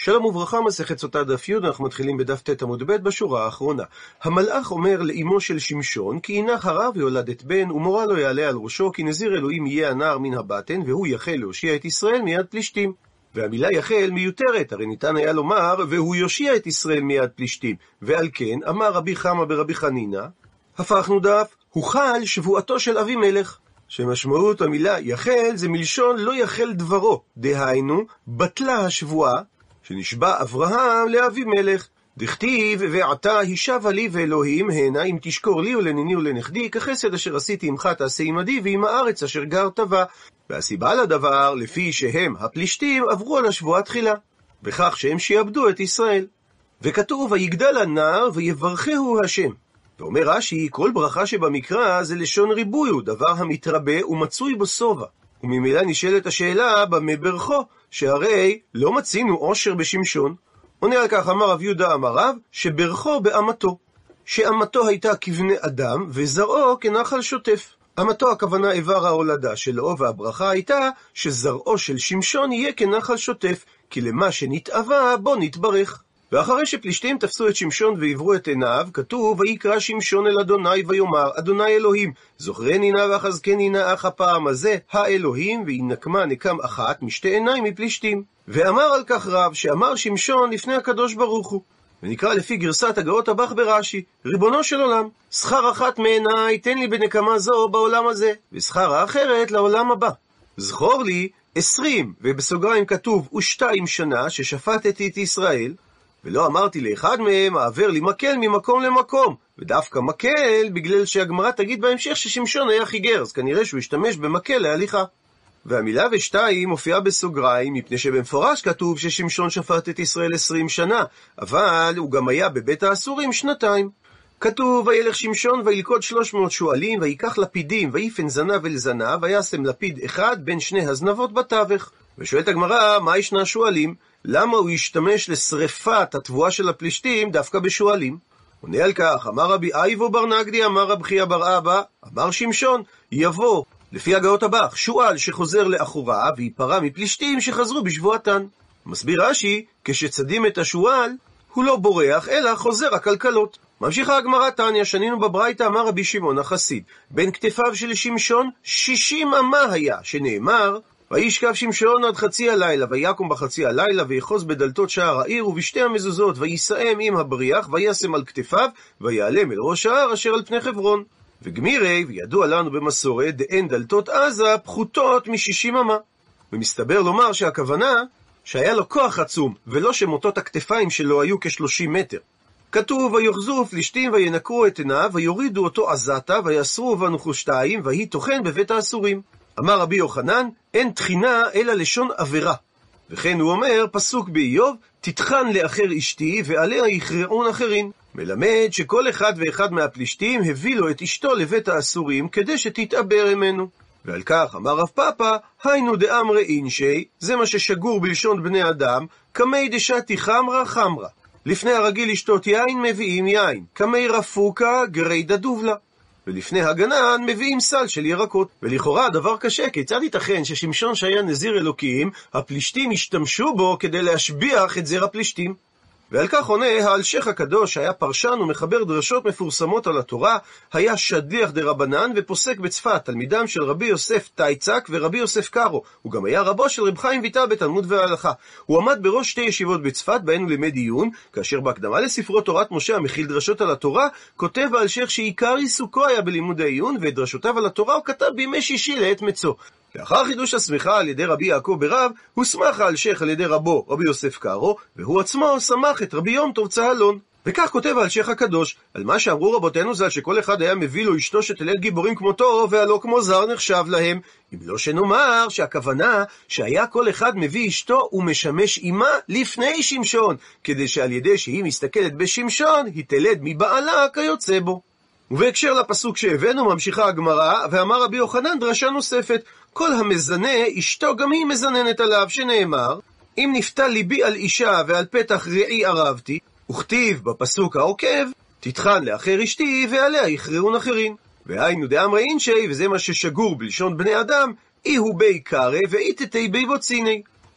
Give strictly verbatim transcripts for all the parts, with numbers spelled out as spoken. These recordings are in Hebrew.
שלום וברכה, מסכת סוטה דף י', אנחנו מתחילים בדף ט' עמוד ב' בשורה האחרונה. המלאך אומר לאמו של שמשון, כי הינך הרה ויולדת בן, ומורה לא יעלה על ראשו, כי נזיר אלוהים יהיה הנער מן הבטן, והוא יחל להושיע את ישראל מיד פלישתים. והמילה יחל מיותרת, הרי ניתן היה לומר, והוא יושיע את ישראל מיד פלישתים. ועל כן, אמר רבי חמא ברבי חנינא, הפכנו דף, הוחל שבועתו של אבימלך. שמשמעות המילה יחל זה מלשון לא יחל דברו, דהיינו, בטלה השבועה, שנשבע אברהם לאבימלך. דכתיב, ועתה הישבה לי ואלוהים הנה אם תשקור לי ולניני ולנכדי, כחסד אשר עשיתי עמך תעשה עמדי ועם הארץ אשר גרת בה. והסיבה לדבר, לפי שהם הפלישתים עברו על השבועה תחילה, בכך שהם שיעבדו את ישראל. וכתוב, ויגדל הנער ויברכהו השם. ואומר רש"י, כל ברכה שבמקרא זה לשון ריבוי, הוא דבר המתרבה ומצוי בו שובע. וממילא נשאלת השאלה במה ברכו, שהרי לא מצינו עושר בשמשון. עונה על כך אמר רב יהודה אמר רב, שברכו באמתו, שאמתו הייתה כבני אדם וזרעו כנחל שוטף. אמתו הכוונה איבר ההולדה שלו, והברכה הייתה שזרעו של שמשון יהיה כנחל שוטף, כי למה שנתאווה בו נתברך. ואחרי שפלישתים תפסו את שמשון ועברו את עיניו, כתוב, ויקרא שמשון אל אדוני ויאמר, אדוני אלוהים, זוכרני נא ואחזקני נא אך הפעם הזה, האלוהים, וינקמה נקם אחת משתי עיניים מפלישתים. ואמר על כך רב, שאמר שמשון לפני הקדוש ברוך הוא. ונקרא לפי גרסת הגאות הבח ברש"י, ריבונו של עולם, שכר אחת מעיניי תן לי בנקמה זו בעולם הזה, ושכר האחרת לעולם הבא. זכור לי עשרים, ובסוגריים כתוב, ושתיים שנה ששפטתי את ישראל, ולא אמרתי לאחד מהם, העבר לי מקל ממקום למקום. ודווקא מקל, בגלל שהגמרא תגיד בהמשך ששמשון היה חיגר, אז כנראה שהוא השתמש במקל להליכה. והמילה ושתיים מופיעה בסוגריים, מפני שבמפורש כתוב ששמשון שפט את ישראל עשרים שנה, אבל הוא גם היה בבית האסורים שנתיים. כתוב, וילך שמשון וילכוד שלוש מאות שועלים, ויקח לפידים, ויפן זנב אל זנב, וישם לפיד אחד בין שני הזנבות בתווך. ושואלת הגמרא, מה ישנה שועלים? למה הוא ישתמש לשריפת התבואה של הפלישתים דווקא בשועלים? עונה על כך, אמר רבי אייבו בר נגדי, אמר רב חייא בר אבא, אמר שמשון, יבוא, לפי הגאות הבח, שועל שחוזר לאחורה, ויפרע מפלישתים שחזרו בשבועתן. מסביר רש"י, כשצדים את השועל, הוא לא בורח, אלא חוזר הכלכלות. ממשיכה הגמרא תניא, שנינו בברייתא, אמר רבי שמעון החסיד, בין כתפיו של שמשון שישים אמה היה, שנאמר, וישכב שמשון עד חצי הלילה, ויקום בחצי הלילה, ויחוז בדלתות שער העיר, ובשתי המזוזות, ויסאם עם הבריח, וישם על כתפיו, ויעלם אל ראש ההר אשר על פני חברון. וגמירי, וידוע לנו במסורת, דאין דלתות עזה פחותות משישים אמה. ומסתבר לומר שהכוונה, שהיה לו כוח עצום, ולא שמוטות הכתפיים שלו היו כשלושים מטר. כתוב, ויוחזו פלישתים וינקרו את עיניו, ויורידו אותו עזתה, ויסרו ונחושתיים, ויהי טוחן בבית האסורים. אמר רבי יוחנן, אין תחינה אלא לשון עבירה. וכן הוא אומר, פסוק באיוב, תטחן לאחר אשתי, ועליה יכרעון אחרים. מלמד שכל אחד ואחד מהפלישתים הביא לו את אשתו לבית האסורים, כדי שתתעבר ממנו. ועל כך אמר רב פאפא, היינו דאמרי אינשי, זה מה ששגור בלשון בני אדם, כמי דשתי חמרה חמרה. לפני הרגיל לשתות יין מביאים יין, כמי רפוקה גרידא דובלה. ולפני הגנן מביאים סל של ירקות. ולכאורה דבר קשה, כיצד ייתכן ששמשון שהיה נזיר אלוקים, הפלישתים השתמשו בו כדי להשביח את זרע הפלישתים? ועל כך עונה האלשיך הקדוש, שהיה פרשן ומחבר דרשות מפורסמות על התורה, היה שליח דרבנן ופוסק בצפת, תלמידם של רבי יוסף טייצק ורבי יוסף קארו. הוא גם היה רבו של רב חיים ויטל בתלמוד והלכה. הוא עמד בראש שתי ישיבות בצפת, בהן הוא לימד עיון, כאשר בהקדמה לספרו תורת משה המכיל דרשות על התורה, כותב האלשיך שעיקר עיסוקו היה בלימוד העיון, ואת דרשותיו על התורה הוא כתב בימי שישי לעת מצוא. לאחר חידוש הסמיכה על ידי רבי יעקב ברב, הוסמך האלשיך על ידי רבו רבי יוסף קארו, והוא עצמו סמך את רבי יום טוב צהלון. וכך כותב האלשיך הקדוש, על מה שאמרו רבותינו ז"ל שכל אחד היה מביא לו אשתו שתלד גיבורים כמותו, והלא כמו זר נחשב להם. אם לא שנאמר שהכוונה שהיה כל אחד מביא אשתו ומשמש אימה לפני שמשון, כדי שעל ידי שהיא מסתכלת בשמשון, היא תלד מבעלה כיוצא בו. ובהקשר לפסוק שהבאנו ממשיכה הגמרא, ואמר רבי יוחנן דרשה נוספת, כל המזנה אשתו גם היא מזננת עליו, שנאמר, אם נפתה ליבי על אישה ועל פתח רעי ערבתי, וכתיב בפסוק העוקב, תטחן לאחר אשתי ועליה יכרעון אחרים. והיינו דאמרי אינשי, וזה מה ששגור בלשון בני אדם, אי הוא בי קרא ואי תתי בי בוציני.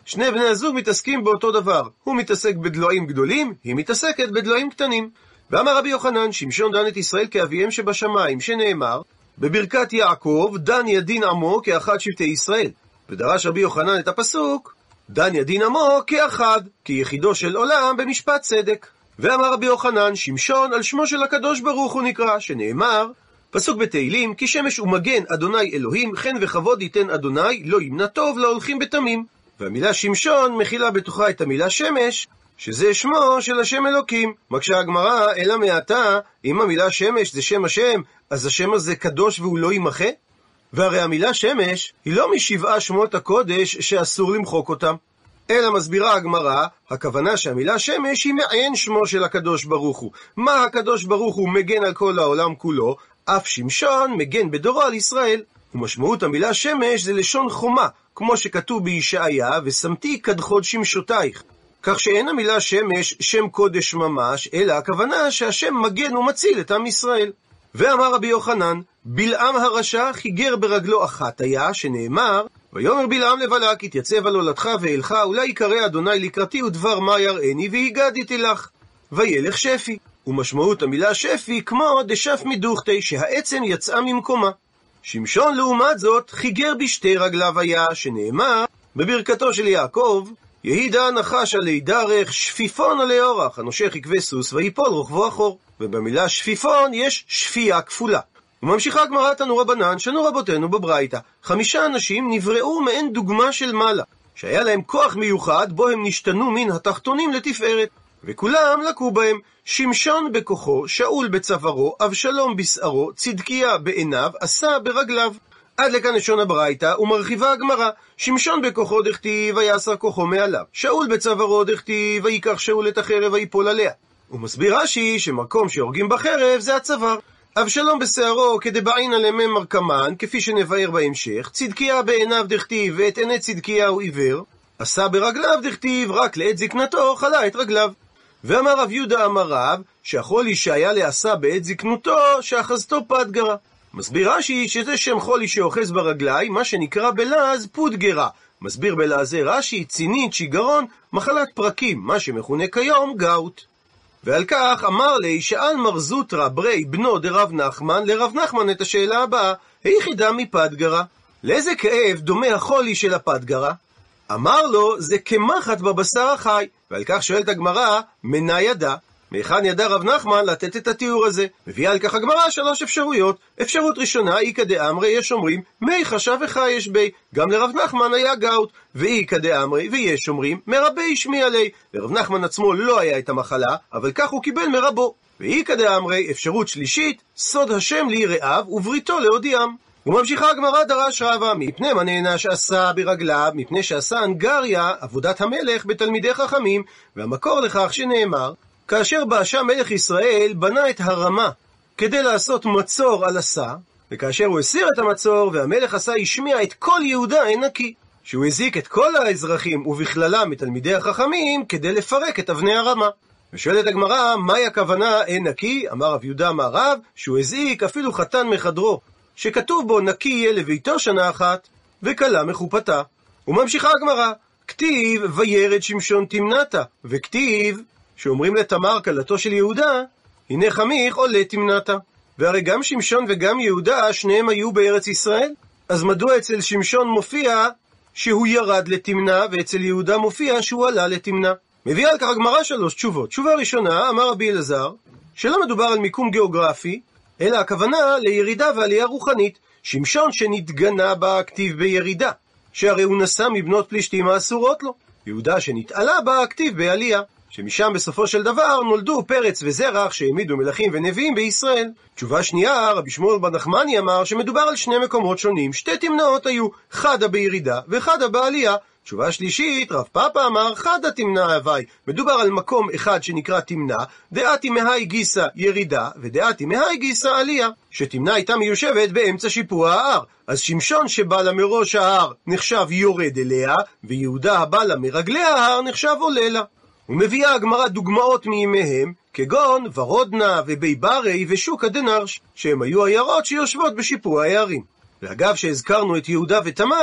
שני בני הזוג מתעסקים באותו דבר. הוא מתעסק בדלועים גדולים, היא מתעסקת בדלועים קטנים. ואמר רבי יוחנן, שמשון דן את ישראל כאביהם שבשמיים, שנאמר, בברכת יעקב, דן ידין עמו כאחד שבטי ישראל. ודרש רבי יוחנן את הפסוק, דן ידין עמו כאחד, כיחידו של עולם במשפט צדק. ואמר רבי יוחנן, שמשון על שמו של הקדוש ברוך הוא נקרא, שנאמר, פסוק בתהילים, כי שמש ומגן אדוני אלוהים, חן וכבוד ייתן אדוני, לא ימנע טוב להולכים בתמים. והמילה שמשון מכילה בתוכה את המילה שמש, שזה שמו של השם אלוקים. מקשה הגמרא, אלא מעתה, אם המילה שמש זה שם השם, אז השם הזה קדוש והוא לא יימחה? והרי המילה שמש היא לא משבעה שמות הקודש שאסור למחוק אותם. אלא מסבירה הגמרא, הכוונה שהמילה שמש היא מעין שמו של הקדוש ברוך הוא. מה הקדוש ברוך הוא מגן על כל העולם כולו? אף שמשון מגן בדורו על ישראל. ומשמעות המילה שמש זה לשון חומה, כמו שכתוב בישעיה, ושמתי כדחוד שמשותייך. כך שאין המילה שמש שם קודש ממש, אלא הכוונה שהשם מגן ומציל את עם ישראל. ואמר רבי יוחנן, בלעם הרשע חיגר ברגלו אחת היה, שנאמר, ויאמר בלעם לבלק, התייצב על הולדך ואלך, אולי יקרא אדוני לקראתי ודבר מה יראני, והגדתי לך. וילך שפי. ומשמעות המילה שפי כמו דשף מדוכתי, שהעצם יצאה ממקומה. שמשון לעומת זאת חיגר בשתי רגליו היה, שנאמר, בברכתו של יעקב, יהידה נחש עלי דרך, שפיפון עלי אורח, הנושך יקווה סוס ויפול רוחבו אחור. ובמילה שפיפון יש שפייה כפולה. וממשיכה הגמרא תנו רבנן, שנו רבותינו בברייתא, חמישה אנשים נבראו מעין דוגמה של מעלה, שהיה להם כוח מיוחד בו הם נשתנו מן התחתונים לתפארת, וכולם לקו בהם, שמשון בכוחו, שאול בצווארו, אבשלום בשערו, צדקיה בעיניו, עשה ברגליו. עד לכאן לשון הברייתא, ומרחיבה הגמרא, שמשון בכוחו דכתיב ויעשר כוחו מעליו, שאול בצווארו דכתיב ויקח שאול את החרב ויפול עליה. ומסביר רש"י שמקום שהורגים בחרב זה הצוואר. אבשלום בשערו כדבעין עליהם מרקמן, כפי שנבאר בהמשך, צדקיה בעיניו דכתיב ואת עיני צדקיה הוא עיוור, עשה ברגליו דכתיב רק לעת זקנתו חלה את רגליו. ואמר רב יהודה אמר רב, שהחולי שהיה לעשה בעת זקנותו, שאחזתו פדגרה. מסביר רש"י שזה שם חולי שאוחז ברגליים, מה שנקרא בלעז פודגרה. מסביר בלעזי רש"י, צינית, שיגרון, מחלת פרקים, מה שמכונה כיום גאוט. ועל כך אמר לי, שאל מר זוטרא ברי בנו דרב נחמן, לרב נחמן את השאלה הבאה, היחידה מפדגרה, לאיזה כאב דומה החולי של הפדגרה? אמר לו, זה כמחט בבשר החי. ועל כך שואלת הגמרא, מנה ידע? מהיכן ידע רב נחמן לתת את התיאור הזה? מביאה על כך הגמרא שלוש אפשרויות. אפשרות ראשונה, אי כדאמרי, יש אומרים, מי חשב וחי יש בי. גם לרב נחמן היה גאוט. ואי כדאמרי, ויש אומרים, מרבי שמי עלי. לרב נחמן עצמו לא היה את המחלה, אבל כך הוא קיבל מרבו. ואי כדאמרי, אפשרות שלישית, סוד השם ליראיו ובריתו להודיעם. וממשיכה הגמרא דרש רבא, מפני מה נענש עשה ברגליו, מפני שעשה אנגריה, עבודת המלך בתלמידי חכמים, והמקור לכך שנאמר, כאשר באשה מלך ישראל בנה את הרמה כדי לעשות מצור על עשה, וכאשר הוא הסיר את המצור והמלך עשה השמיע את כל יהודה אין נקי, שהוא הזיק את כל האזרחים ובכללם את תלמידי החכמים כדי לפרק את אבני הרמה. ושואלת הגמרא, מהי הכוונה אין נקי? אמר רב יהודה אמר רב, שהוא הזיק אפילו חתן מחדרו, שכתוב בו נקי יהיה לביתו שנה אחת, וכלה מחופתה. וממשיכה הגמרא, כתיב וירד שמשון תמנתה, וכתיב שאומרים לתמר כלתו של יהודה, הנה חמיך עולה תמנתה. והרי גם שמשון וגם יהודה שניהם היו בארץ ישראל, אז מדוע אצל שמשון מופיע שהוא ירד לתמנה, ואצל יהודה מופיע שהוא עלה לתמנה? מביאה על כך הגמרא שלוש תשובות. תשובה ראשונה, אמר רבי אלעזר, שלא מדובר על מיקום גיאוגרפי, אלא הכוונה לירידה ועלייה רוחנית. שמשון שנתגנה בה כתיב בירידה, שהרי הוא נסע מבנות פלישתים האסורות לו. יהודה שנתעלה בה כתיב בעלייה, שמשם בסופו של דבר נולדו פרץ וזרח שהעמידו מלכים ונביאים בישראל. תשובה שנייה, רבי שמואל בן נחמני אמר שמדובר על שני מקומות שונים, שתי תמנעות היו, חדה בירידה וחדה בעלייה. תשובה שלישית, רב פאפא אמר חדה תמנה הווי, מדובר על מקום אחד שנקרא תמנה, דעתי מהי גיסה ירידה ודעתי מהי גיסה עלייה, שתמנה הייתה מיושבת באמצע שיפוע ההר, אז שמשון שבא לה מראש ההר נחשב יורד אליה, ויהודה הבא לה מרגלי ההר נחשב עולה לה. ומביאה הגמרא דוגמאות מימיהם, כגון ורודנה ובי ברי ושוקה דנרש, שהם היו עיירות שיושבות בשיפוע הערים. ואגב שהזכרנו את יהודה ותמר,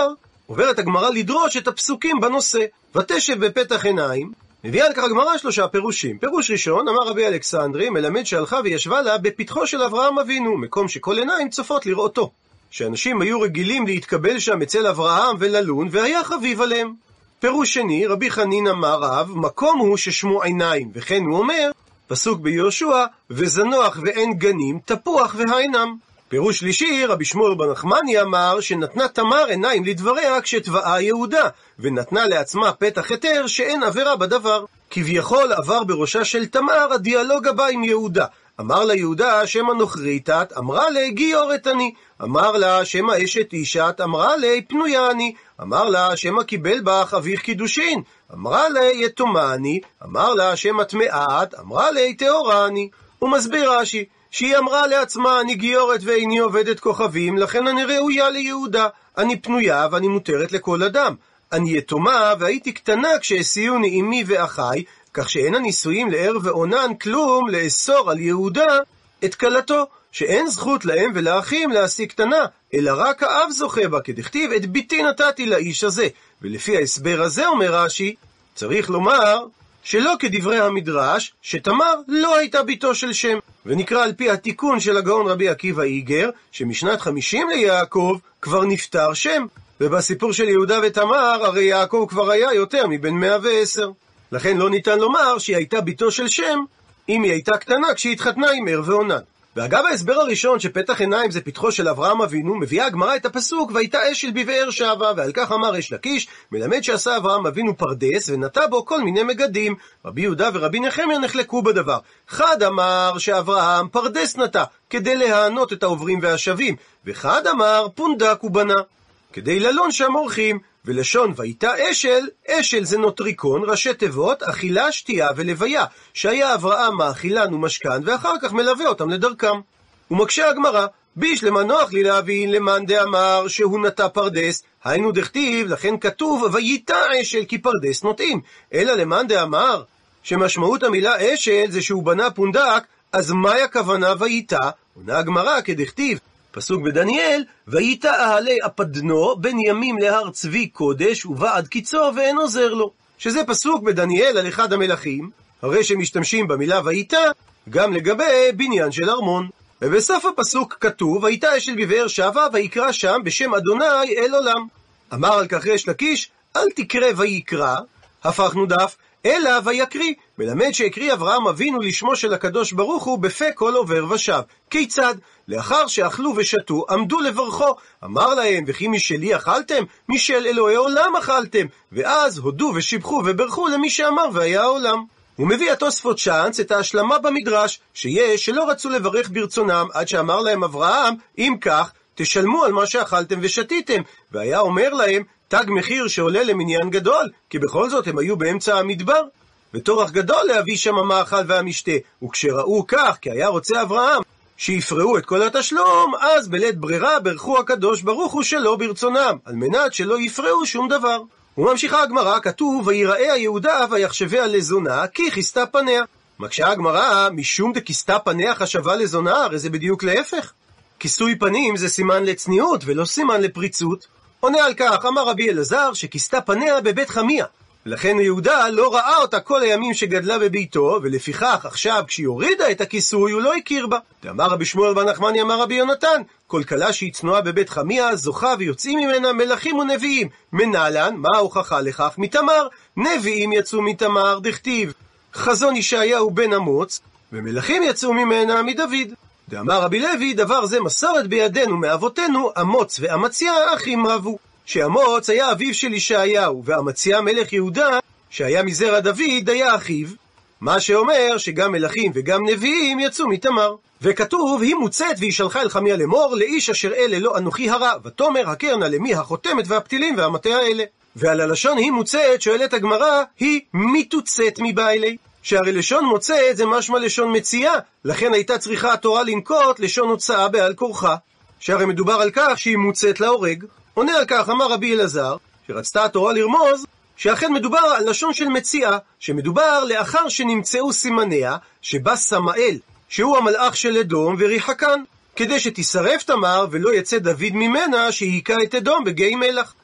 עוברת הגמרא לדרוש את הפסוקים בנושא. ותשב בפתח עיניים, מביאה על כך הגמרא שלושה פירושים. פירוש ראשון, אמר רבי אלכסנדרי, מלמד שהלכה וישבה לה בפתחו של אברהם אבינו, מקום שכל עיניים צופות לראותו. שאנשים היו רגילים להתקבל שם אצל אברהם וללון, והיה חביב עליהם. פירוש שני, רבי חנין אמר רב, מקום הוא ששמו עיניים, וכן הוא אומר, פסוק ביהושע, וזנוח ואין גנים, תפוח והעינם. פירוש שלישי, רבי שמואל בן נחמני אמר, שנתנה תמר עיניים לדבריה כשתבעה יהודה, ונתנה לעצמה פתח היתר שאין עבירה בדבר. כביכול עבר בראשה של תמר הדיאלוג הבא עם יהודה. אמר לה יהודה, שמה נוכריתת, אמרה לה גיורת אני. אמר לה, שמה אשת אישת, אמרה לה פנויה אני. אמר לה, שמה קיבל בך אביך קידושין, אמרה לה יתומה אני. אמר לה, שמה טמאת, אמרה לה טהורה אני. הוא מסביר רש"י, שהיא אמרה לעצמה, אני גיורת ואיני עובדת כוכבים, לכן אני ראויה ליהודה. אני פנויה ואני מותרת לכל אדם. אני יתומה והייתי קטנה כשהסיעוני אמי ואחיי, כך שאין הנישואים לער ועונן כלום לאסור על יהודה את כלתו, שאין זכות להם ולאחים להשיג קטנה, אלא רק האב זוכה בה, כדכתיב את ביתי נתתי לאיש הזה. ולפי ההסבר הזה אומר רש"י, צריך לומר שלא כדברי המדרש, שתמר לא הייתה ביתו של שם. ונקרא על פי התיקון של הגאון רבי עקיבא איגר, שמשנת חמישים ליעקב כבר נפטר שם, ובסיפור של יהודה ותמר הרי יעקב כבר היה יותר מבין מאה ועשר. לכן לא ניתן לומר שהיא הייתה ביתו של שם, אם היא הייתה קטנה כשהיא התחתנה עם ער ועונן. ואגב ההסבר הראשון שפתח עיניים זה פתחו של אברהם אבינו, מביאה הגמרא את הפסוק והייתה אשל בבאר שבע, ועל כך אמר ריש לקיש, מלמד שעשה אברהם אבינו פרדס ונטע בו כל מיני מגדים. רבי יהודה ורבי נחמיה נחלקו בדבר. חד אמר שאברהם פרדס נטע כדי להענות את העוברים והשבים, וחד אמר פונדק הוא בנה כדי ללון שם אורחים. ולשון והייתה אשל, אשל זה נוטריקון, ראשי תיבות, אכילה, שתייה ולוויה, שהיה אברהם מאכילן ומשכן, ואחר כך מלווה אותם לדרכם. ומקשה הגמרא, ביש למה נוח לי להבין למאן דאמר שהוא נטע פרדס, היינו דכתיב, לכן כתוב והייתה אשל כי פרדס נוטעים, אלא למאן דאמר שמשמעות המילה אשל זה שהוא בנה פונדק, אז מהי הכוונה והייתה? עונה הגמרא כדכתיב פסוק בדניאל, והייתה אהלי אפדנו בין ימים להר צבי קודש ובא עד קיצו ואין עוזר לו, שזה פסוק בדניאל על אחד המלכים, הרי שמשתמשים במילה והייתה גם לגבי בניין של ארמון. ובסוף הפסוק כתוב והייתה אשל בבאר שבע ויקרא שם בשם אדוני אל עולם. אמר על כך ריש לקיש, אל תקרא ויקרא, הפכנו דף, אלא ויקריא, מלמד שהקריא אברהם אבינו לשמו של הקדוש ברוך הוא בפה כל עובר ושב. כיצד? לאחר שאכלו ושתו עמדו לברכו, אמר להם וכי משלי אכלתם? משל אלוהי עולם אכלתם. ואז הודו ושיבחו וברכו למי שאמר והיה העולם. הוא מביא התוספות צ'אנס את ההשלמה במדרש, שיש שלא רצו לברך ברצונם עד שאמר להם אברהם, אם כך תשלמו על מה שאכלתם ושתיתם, והיה אומר להם תג מחיר שעולה למניין גדול, כי בכל זאת הם היו באמצע המדבר, וטורח גדול להביא שם המאכל והמשתה. וכשראו כך, כי היה רוצה אברהם שיפרעו את כל התשלום, אז בלית ברירה ברכו הקדוש ברוך הוא שלא ברצונם, על מנת שלא יפרעו שום דבר. וממשיכה הגמרא, כתוב ויראה היהודה ויחשביה לזונה כי כיסתה פניה. מקשה הגמרא, משום דכיסתה פניה חשבה לזונה, הרי זה בדיוק להפך. כיסוי פנים זה סימן לצניעות ולא סימן לפריצות. עונה על כך, אמר רבי אלעזר שכיסתה פניה בבית חמיה, לכן יהודה לא ראה אותה כל הימים שגדלה בביתו, ולפיכך עכשיו כשהיא הורידה את הכיסוי הוא לא הכיר בה. אמר רבי שמואל בן נחמני אמר רבי יונתן, כל כלה שהיא צנועה בבית חמיה זוכה ויוצאים ממנה מלכים ונביאים. מנהלן, מה ההוכחה לכך? מתמר, נביאים יצאו מתמר, דכתיב חזון ישעיהו בן אמוץ, ומלכים יצאו ממנה מדוד. דאמר רבי לוי, דבר זה מסורת בידינו מאבותינו, אמוץ ואמציה אחים רבו. שאמוץ היה אביו של ישעיהו, ואמציה מלך יהודה, שהיה מזרע דוד, היה אחיו. מה שאומר שגם מלכים וגם נביאים יצאו מתמר. וכתוב, היא מוצאת והיא שלחה אל חמיה לאמור, לאיש אשר אלה לא אנוכי הרע, ותאמר הקרנה למי החותמת והפתילים והמטה האלה. ועל הלשון היא מוצאת, שואלת הגמרא, היא מתוצאת מבעילי. שהרי לשון מוצאת זה משמע לשון מציאה, לכן הייתה צריכה התורה לנקוט לשון הוצאה בעל כורחה, שהרי מדובר על כך שהיא מוצאת להורג. עונה על כך אמר רבי אלעזר, שרצתה התורה לרמוז שאכן מדובר על לשון של מציאה, שמדובר לאחר שנמצאו סימניה, שבא סמאל, שהוא המלאך של אדום וריחקן, כדי שתישרף תמר ולא יצא דוד ממנה שהיכה את אדום בגיא מלח.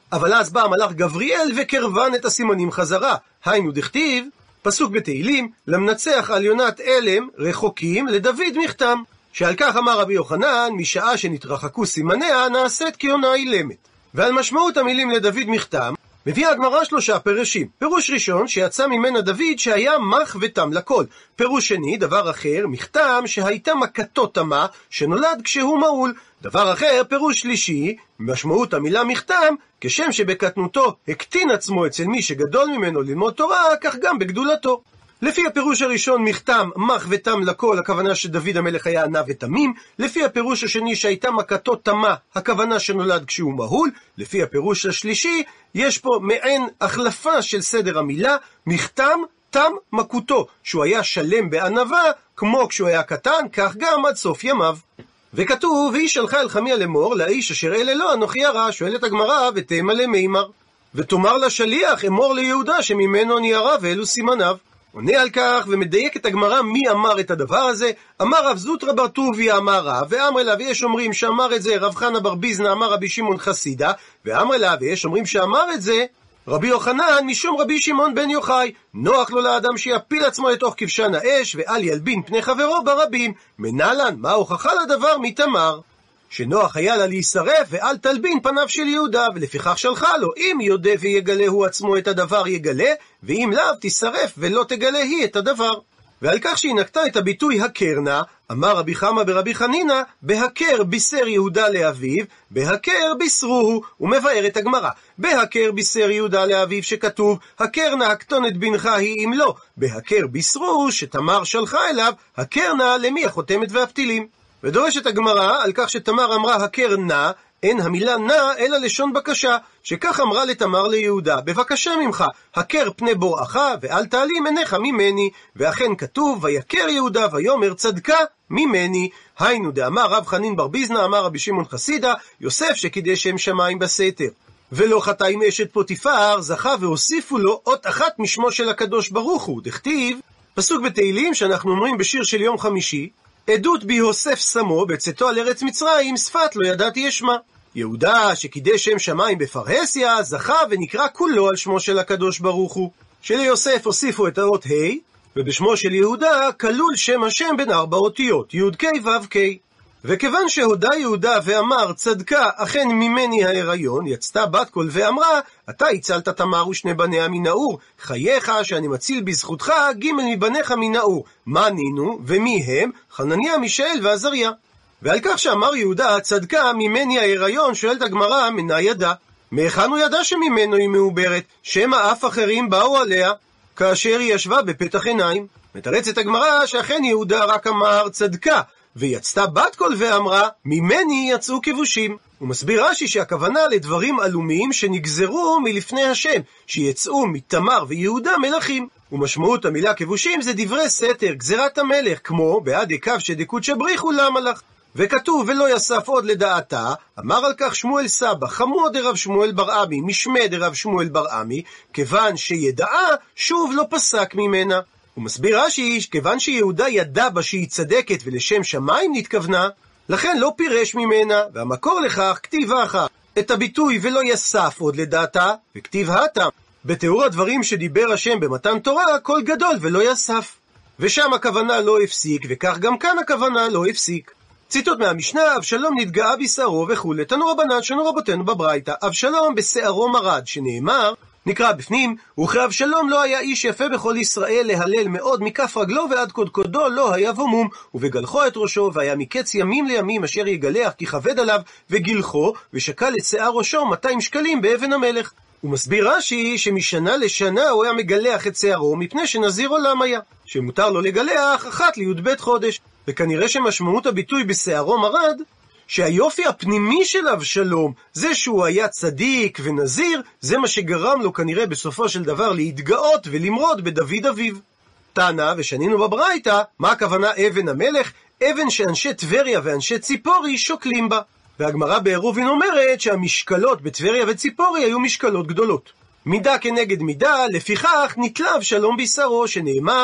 אבל אז בא המלאך גבריאל וקרבן את הסימנים חזרה. היינו דכתיב, פסוק בתהילים, למנצח על יונת אלם רחוקים לדוד מכתם. שעל כך אמר רבי יוחנן, משעה שנתרחקו סימניה נעשית כיונה אילמת. ועל משמעות המילים לדוד מכתם, מביאה הגמרא שלושה פירושים. פירוש ראשון, שיצא ממנה דוד שהיה מח ותם לכל. פירוש שני, דבר אחר, מכתם שהייתה מכתו תמה, שנולד כשהוא מעול. דבר אחר, פירוש שלישי, משמעות המילה מכתם, כשם שבקטנותו הקטין עצמו אצל מי שגדול ממנו ללמוד תורה, כך גם בגדולתו. לפי הפירוש הראשון, מכתם, מח ותם לכל, הכוונה שדוד המלך היה ענה ותמים. לפי הפירוש השני, שהייתה מכתו תמה, הכוונה שנולד כשהוא מהול. לפי הפירוש השלישי, יש פה מעין החלפה של סדר המילה, מכתם, תם, מכותו, שהוא היה שלם בענווה, כמו כשהוא היה קטן, כך גם עד סוף ימיו. וכתוב, והיא שלחה אל חמיה לאמור, לאיש אשר אלה לו אנוכי הרע. שואלת הגמרא, ותאמר למימר, ותאמר לשליח, אמור ליהודה שממנו ניירה ואלו סימניו. עונה על כך ומדייק את הגמרא מי אמר את הדבר הזה. אמר רב זוטרא בר טוביה אמר רב, ואמר לה, ויש אומרים שאמר את זה רב חנה בר ביזנא אמר רבי שמעון חסידה, ואמר לה, ויש אומרים שאמר את זה רבי יוחנן משום רבי שמעון בן יוחאי. נוח לו לאדם שיפיל עצמו לתוך כבשן האש ואל ילבין פני חברו ברבים. מנהלן, מה ההוכחה לדבר? מתמר, שנוח היה לה להישרף ואל תלבין פניו של יהודה, ולפיכך שלחה לו, אם יודע ויגלה הוא עצמו את הדבר יגלה, ואם לאו תישרף ולא תגלה היא את הדבר. ועל כך שהיא נקטה את הביטוי הקרנה, אמר רבי חמא ברבי חנינא, בהקר בישר יהודה לאביו, בהקר בישרוהו. הוא מבאר את הגמרא, בהקר בישר יהודה לאביו שכתוב, הקרנה הקטונת בנך היא אם לא, בהקר בישרוהו שתמר שלחה אליו, הקרנה למי החותמת והפתילים. ודורשת הגמרא על כך שתמר אמרה הקר נא, אין המילה נא אלא לשון בקשה, שכך אמרה לתמר ליהודה, בבקשה ממך, הקר פני בוראך ואל תעלים עיניך ממני. ואכן כתוב, ויקר יהודה ויאמר צדקה ממני. היינו דאמר רב חנין בר ביזנא אמר רבי שמעון חסידה, יוסף שקידש שם שמיים בסתר ולא חטא עם אשת פוטיפר, זכה והוסיפו לו אות אחת משמו של הקדוש ברוך הוא. דכתיב, פסוק בתהילים שאנחנו אומרים בשיר של יום חמישי, עדות ביוסף שמו בצאתו על ארץ מצרים, שפת לא ידעתי אשמה. יהודה שקידש שם שמיים בפרהסיה, זכה ונקרא כולו על שמו של הקדוש ברוך הוא. שליוסף הוסיפו את האות ה', ובשמו של יהודה כלול שם השם בין ארבע אותיות, י' ק' ו' ק'. וכיוון שהודה יהודה ואמר צדקה אכן ממני ההיריון, יצתה בת קול ואמרה, אתה הצלת תמר ושני בניה מן האור, חייך שאני מציל בזכותך ג' מבניך מן האור. מה נינו ומי הם? חנניה, מישאל ועזריה. ועל כך שאמר יהודה צדקה ממני ההיריון, שואלת הגמרא, מנה ידע? מהיכן הוא ידע שממנו היא מעוברת? שמא אף אחרים באו עליה כאשר היא ישבה בפתח עיניים. מתרצת הגמרא שאכן יהודה רק אמר צדקה, ויצתה בת קול ואמרה, ממני יצאו כבושים. הוא מסביר רש"י שהכוונה לדברים עלומיים שנגזרו מלפני השם, שיצאו מתמר ויהודה מלכים. ומשמעות המילה כבושים זה דברי סתר, גזירת המלך, כמו בעד יקב שדקות שבריחו למלך. וכתוב ולא יסף עוד לדעתה, אמר על כך שמואל סבא, חמו דרב שמואל בר עמי, משמי דרב שמואל בר עמי, כיוון שידעה שוב לא פסק ממנה. הוא מסביר רש"י, כיוון שיהודה ידע בה שהיא צדקת ולשם שמיים נתכוונה, לכן לא פירש ממנה, והמקור לכך כתיב אחר. את הביטוי ולא יסף עוד לדעתה, וכתיב התם, בתיאור הדברים שדיבר השם במתן תורה, כל גדול ולא יסף. ושם הכוונה לא הפסיק, וכך גם כאן הכוונה לא הפסיק. ציטוט מהמשנה, אבשלום נתגאה בשערו וכולי. תנו רבנן שנו רבותינו בברייתא, אבשלום בשערו מרד, שנאמר, נקרא בפנים, וכי אבשלום לא היה איש יפה בכל ישראל להלל מאוד מכף רגלו ועד קודקודו לא היה בו מום, ובגלחו את ראשו, והיה מקץ ימים לימים אשר יגלח כי כבד עליו, וגילחו ושקל את שיער ראשו מאתיים שקלים באבן המלך. הוא מסביר רש"י שמשנה לשנה הוא היה מגלח את שערו מפני שנזיר עולם היה, שמותר לו לגלח אחת לי"ב חודש. וכנראה שמשמעות הביטוי בשערו מרד, שהיופי הפנימי של אבשלום, זה שהוא היה צדיק ונזיר, זה מה שגרם לו כנראה בסופו של דבר להתגאות ולמרוד בדוד אביו. תנא, ושנינו בברייתא, מה הכוונה אבן המלך? אבן שאנשי טבריה ואנשי ציפורי שוקלים בה. והגמרא בעירובין אומרת שהמשקלות בטבריה וציפורי היו משקלות גדולות. מידה כנגד מידה, לפיכך נתלה אבשלום בשערו, שנאמר,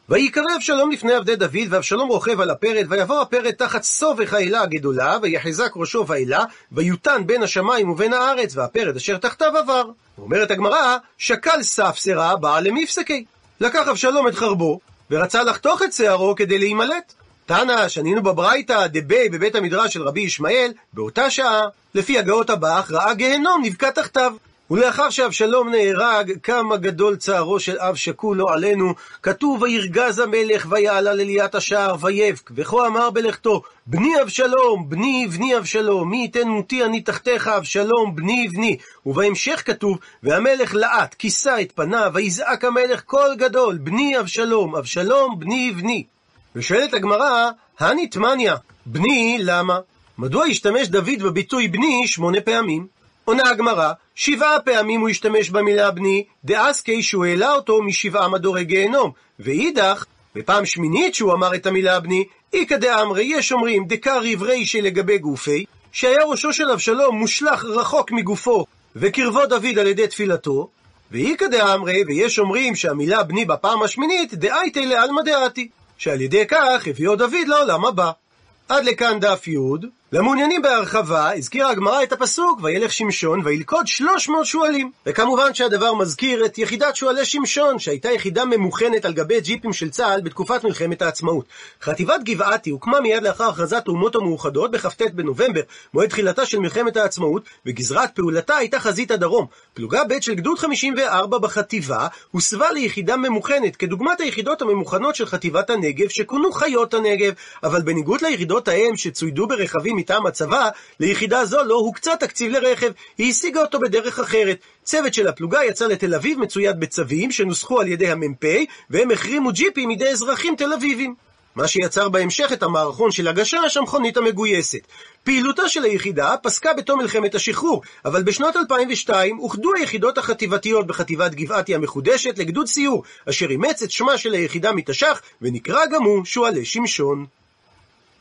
ויקרא אבשלום לפני עבדי דוד, ואבשלום רוכב על הפרד, ויבוא הפרד תחת סובך האלה הגדולה, ויחזק ראשו באלה, ויותן בין השמיים ובין הארץ, והפרד אשר תחתיו עבר. אומרת הגמרא, שקל ספסרה באה למפסקי. לקח אבשלום את חרבו, ורצה לחתוך את שערו כדי להימלט. תנא, שנינו בברייתא דבי בבית המדרש של רבי ישמעאל, באותה שעה, לפי הגאות הבח, ראה גיהנום נבקע תחתיו. ולאחר שאבשלום נהרג, כמה גדול צערו של אב שכול לא עלינו. כתוב, וירגז המלך ויעלה לליאת השער ויבק, וכה אמר בלכתו, בני אבשלום, בני בני אבשלום, מי ייתן מותי אני תחתיך אבשלום, בני בני. ובהמשך כתוב, והמלך לאט, כיסה את פניו, ויזעק המלך קול גדול, בני אבשלום, אבשלום, בני בני. ושואלת הגמרא, הנתמניה, בני למה? מדוע השתמש דוד בביטוי בני שמונה פעמים? עונה הגמרא, שבעה פעמים הוא השתמש במילה בני, דאסקי שהוא העלה אותו משבעה מדורי גיהנום, ואידך, בפעם שמינית שהוא אמר את המילה בני, איקא דאמרי, יש אומרים דקריב רישי לגבי גופי, שהיה ראשו של אבשלום מושלך רחוק מגופו, וקרבו דוד על ידי תפילתו, ואיקא דאמרי, ויש אומרים שהמילה בני בפעם השמינית, דאייתי לעלמא דעתי, שעל ידי כך הביאו דוד לעולם הבא. עד לכאן דף י'. למעוניינים בהרחבה, הזכירה הגמרא את הפסוק, וילך שמשון וילכוד שלוש מאות שועלים. וכמובן שהדבר מזכיר את יחידת שועלי שמשון, שהייתה יחידה ממוכנת על גבי ג'יפים של צה"ל בתקופת מלחמת העצמאות. חטיבת גבעתי הוקמה מיד לאחר הכרזת האומות המאוחדות בכ"ט בנובמבר, מועד תחילתה של מלחמת העצמאות, וגזרת פעולתה הייתה חזית הדרום. פלוגה ב' של גדוד חמישים וארבע בחטיבה הוסבה ליחידה ממוכנת, כדוגמת היחידות הממוכנות של חטיבת הנגב, שכונו חיות הנגב, אבל בניגוד ליחידות ההם שצוידו ברכבים מטעם הצבא, ליחידה זו לא הוקצה תקציב לרכב, היא השיגה אותו בדרך אחרת. צוות של הפלוגה יצא לתל אביב מצויד בצווים שנוסחו על ידי המ"פ, והם החרימו ג'יפים מידי אזרחים תל אביבים. מה שיצר בהמשך את המערכון של הגשש, המכונית המגויסת. פעילותה של היחידה פסקה בתום מלחמת השחרור, אבל בשנת אלפיים ושתיים אוחדו היחידות החטיבתיות בחטיבת גבעתי המחודשת לגדוד סיור, אשר אימץ את שמה של היחידה מתש"ח, ונקרא גם הוא שועלי שמשון.